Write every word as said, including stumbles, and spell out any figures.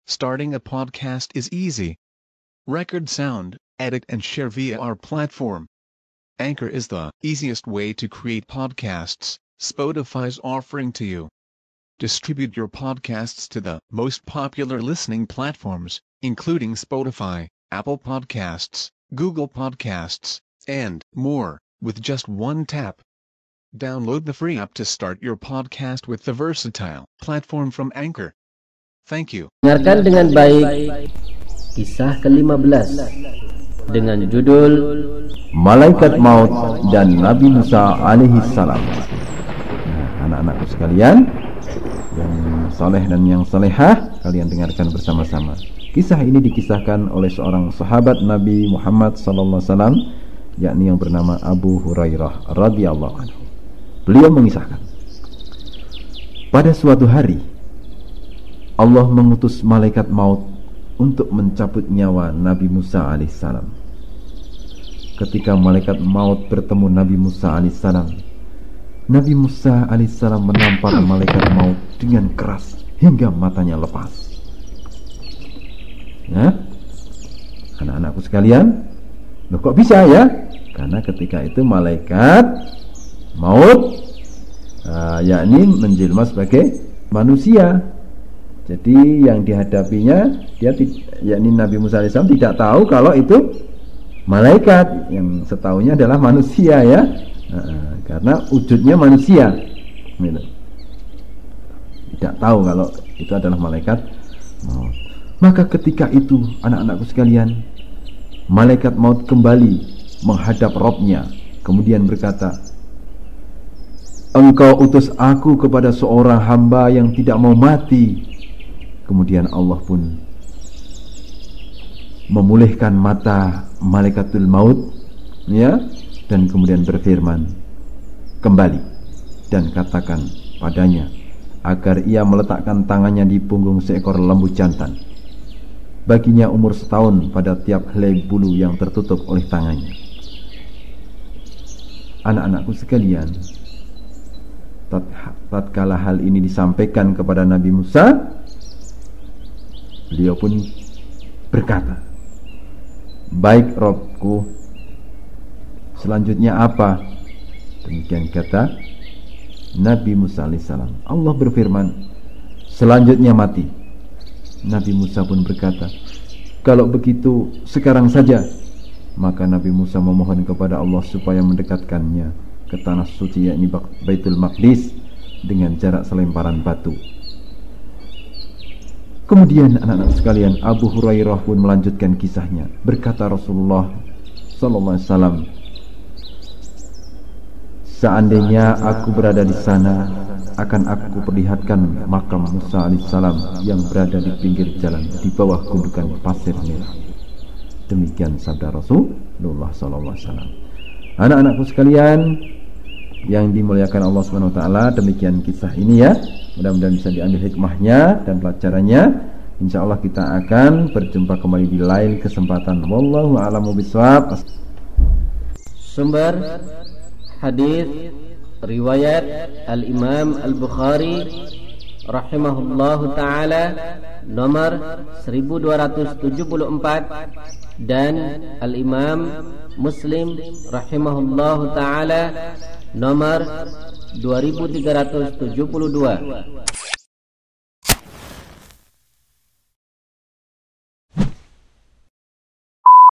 Starting a podcast is easy. Record sound, edit and share via our platform. Anchor is the easiest way to create podcasts Spotify's offering to you. Distribute your podcasts to the most popular listening platforms, including Spotify, Apple Podcasts, Google Podcasts, and more, with just one tap. Download the free app to start your podcast with the versatile platform from Anchor. Thank you. Dengarkan dengan baik kisah kelima belas dengan judul Malaikat Maut dan Nabi Musa alaihi salam. Nah, anak-anakku sekalian yang saleh dan yang salehah, kalian dengarkan bersama-sama. Kisah ini dikisahkan oleh seorang sahabat Nabi Muhammad sallallahu alaihi wasallam, yakni yang bernama Abu Hurairah radhiyallahu anhu. Beliau mengisahkan, pada suatu hari Allah mengutus malaikat maut untuk mencabut nyawa Nabi Musa alaihissalam. Ketika malaikat maut bertemu Nabi Musa alaihissalam, Nabi Musa alaihissalam menampar malaikat maut dengan keras hingga matanya lepas. Ya, anak-anakku sekalian, loh kok bisa ya? Karena ketika itu malaikat maut uh, yakni menjelma sebagai manusia. Jadi yang dihadapinya dia yakni Nabi Musa alaihissalam tidak tahu kalau itu malaikat, yang setahunya adalah manusia ya, nah, karena wujudnya manusia, gitu. Tidak tahu kalau itu adalah malaikat maut. Maka ketika itu anak-anakku sekalian, malaikat maut kembali menghadap Robnya, kemudian berkata, "Engkau utus aku kepada seorang hamba yang tidak mau mati." Kemudian Allah pun memulihkan mata malaikatul maut, ya, dan kemudian berfirman, "Kembali dan katakan padanya agar ia meletakkan tangannya di punggung seekor lembu jantan. Baginya umur setahun pada tiap helai bulu yang tertutup oleh tangannya." Anak-anakku sekalian, tatkala hal ini disampaikan kepada Nabi Musa, beliau pun berkata, "Baik Robku, selanjutnya apa?" Demikian kata Nabi Musa alaihissalam. Allah berfirman, "Selanjutnya mati." Nabi Musa pun berkata, "Kalau begitu sekarang saja." Maka Nabi Musa memohon kepada Allah supaya mendekatkannya ke tanah suci, yakni Baitul Maqdis, dengan jarak selemparan batu. Kemudian anak-anak sekalian, Abu Hurairah pun melanjutkan kisahnya. Berkata Rasulullah sallallahu alaihi wasallam, "Seandainya aku berada di sana, akan aku perlihatkan makam Musa alaihissalam yang berada di pinggir jalan di bawah gundukan pasir merah." Demikian sabda Rasulullah sallallahu alaihi wasallam. Anak-anakku sekalian yang dimuliakan Allah subhanahu wa taala, demikian kisah ini ya. Mudah-mudahan bisa diambil hikmahnya dan pelajarannya. Insyaallah kita akan berjumpa kembali di lain kesempatan. Wallahu a'lamu bishawab. Sumber hadis riwayat Al-Imam Al-Bukhari rahimahullahu taala nomor seribu dua ratus tujuh puluh empat dan Al-Imam Muslim rahimahullahu taala nomor dua ribu tiga ratus tujuh puluh dua.